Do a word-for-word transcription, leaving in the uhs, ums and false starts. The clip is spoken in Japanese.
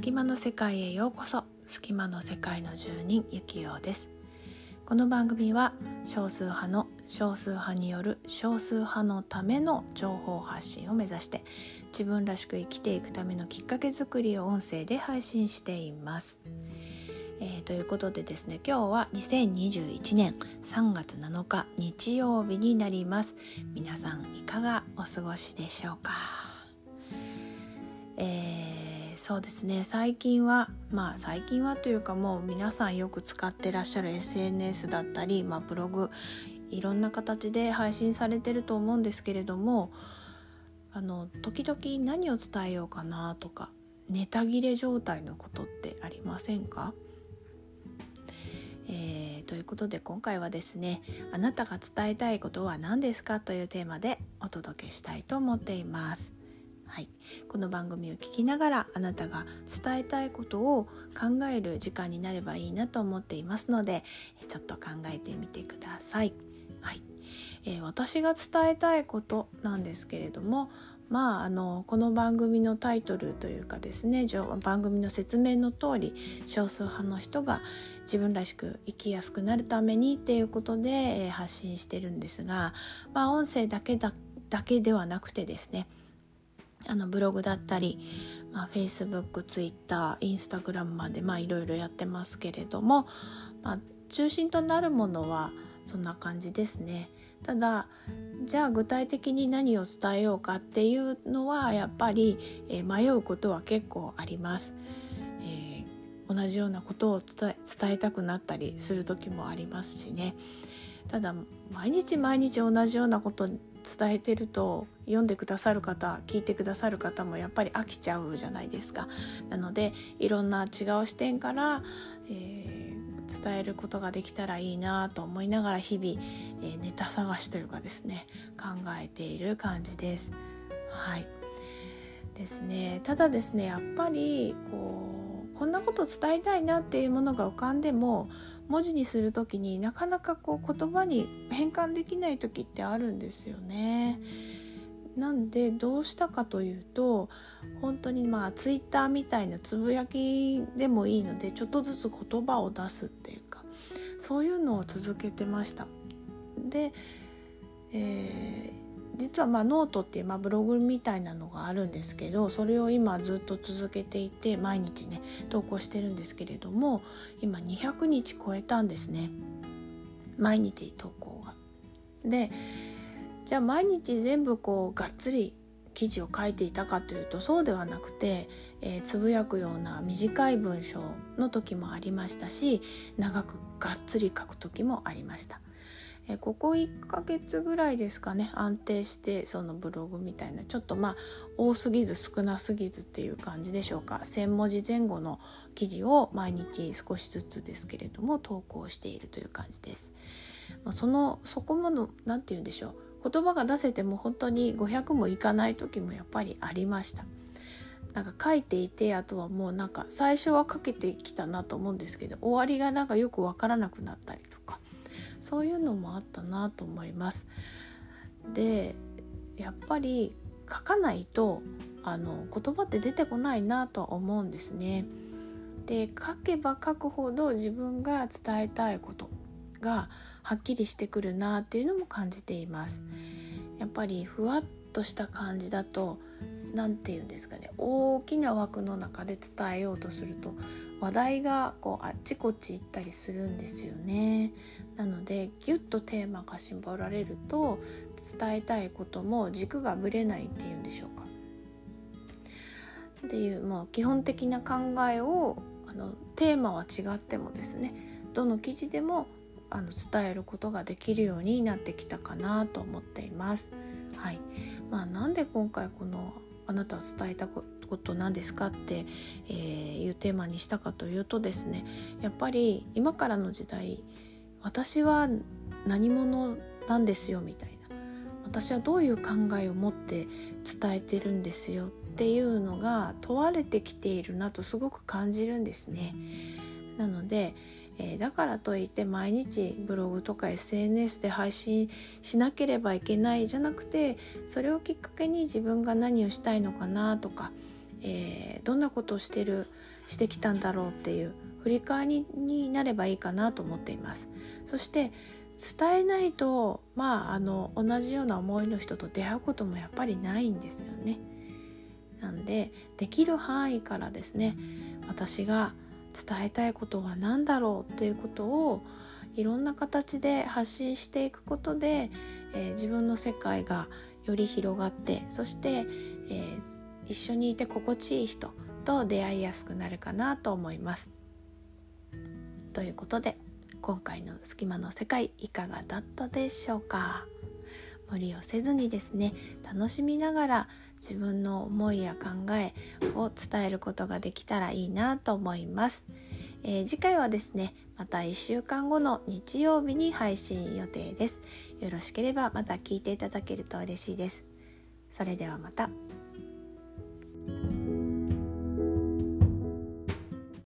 隙間の世界へようこそ。隙間の世界の住人ゆきようです。この番組は少数派の少数派による少数派のための情報発信を目指して自分らしく生きていくためのきっかけ作りを音声で配信しています。えー、ということでですね、今日はにせんにじゅういちねんさんがつなのか日曜日になります。皆さんいかがお過ごしでしょうか。えー、そうですね、最近はまあ最近はというかもう皆さんよく使ってらっしゃる エスエヌエス だったり、まあ、ブログいろんな形で配信されてると思うんですけれども、あの時々何を伝えようかなとかネタ切れ状態のことってありませんか？えー、ということで今回はですね、あなたが伝えたいことは何ですかというテーマでお届けしたいと思っています。はい、この番組を聞きながらあなたが伝えたいことを考える時間になればいいなと思っていますので、ちょっと考えてみてください。はい、えー、私が伝えたいことなんですけれども、まあ、あのこの番組のタイトルというかですね、番組の説明の通り少数派の人が自分らしく生きやすくなるためにっていうことで、えー、発信してるんですが、まあ、音声だけだ、だけではなくてですね、あのブログだったり、まあ、Facebook、Twitter、Instagram までまあいろいろやってますけれども、まあ、中心となるものはそんな感じですね。ただじゃあ具体的に何を伝えようかっていうのはやっぱり、えー、迷うことは結構あります。えー、同じようなことを伝え、伝えたくなったりする時もありますしね。ただ毎日毎日同じようなこと伝えてると読んでくださる方、聞いてくださる方もやっぱり飽きちゃうじゃないですか。なのでいろんな違う視点から、えー、伝えることができたらいいなと思いながら日々、えー、ネタ探しというかですね、考えている感じです。はいですね。ただですね、やっぱりこうこんなこと伝えたいなっていうものが浮かんでも文字にするときになかなかこう言葉に変換できないときってあるんですよね。なんでどうしたかというと、本当にまあツイッターみたいなつぶやきでもいいのでちょっとずつ言葉を出すっていうか、そういうのを続けてました。で、えー実はまあノートっていうまあブログみたいなのがあるんですけど、それを今ずっと続けていて毎日ね投稿してるんですけれども、今にひゃくにち超えたんですね、毎日投稿が。でじゃあ毎日全部こうがっつり記事を書いていたかというとそうではなくて、えー、つぶやくような短い文章の時もありましたし、長くがっつり書く時もありました。ここいっかげつぐらいですかね、安定してそのブログみたいなちょっとまあ多すぎず少なすぎずっていう感じでしょうか、せんもじぜん後の記事を毎日少しずつですけれども投稿しているという感じです。そのそこまでなんて言うんでしょう、言葉が出せても本当にごひゃくもいかない時もやっぱりありました。なんか書いていて、あとはもうなんか最初は書けてきたなと思うんですけど終わりがなんかよくわからなくなったりとか、そういうのもあったなと思います。でやっぱり書かないとあの言葉って出てこないなと思うんですね。で書けば書くほど自分が伝えたいことがはっきりしてくるなっていうのも感じています。やっぱりふわっとした感じだとなんていうんですかね、大きな枠の中で伝えようとすると話題がこうあっちこっち行ったりするんですよね。なのでギュッとテーマが絞られると伝えたいことも軸がぶれないっていうんでしょうかっていう、もう基本的な考えをあのテーマは違ってもですね、どの記事でもあの伝えることができるようになってきたかなと思っています。はい、まあ、なんで今回このあなたは伝えたこと何ですかって、えー、いうテーマにしたかというとですね、やっぱり今からの時代、私は何者なんですよみたいな、私はどういう考えを持って伝えてるんですよっていうのが問われてきているなとすごく感じるんですね。なのでえー、だからといって毎日ブログとか エスエヌエス で配信しなければいけないじゃなくて、それをきっかけに自分が何をしたいのかなとか、えー、どんなことをしてるしてきたんだろうっていう振り返りになればいいかなと思っています。そして伝えないと、まあ、あの同じような思いの人と出会うこともやっぱりないんですよね。なんでできる範囲からですね、私が伝えたいことは何だろうということをいろんな形で発信していくことで、えー、自分の世界がより広がって、そして、えー、一緒にいて心地いい人と出会いやすくなるかなと思います。ということで今回の隙間の世界いかがだったでしょうか。無理をせずにですね、楽しみながら自分の思いや考えを伝えることができたらいいなと思います。えー、次回はですね、またいっしゅうかんごの日曜日に配信予定です。よろしければまた聞いていただけると嬉しいです。それではまた。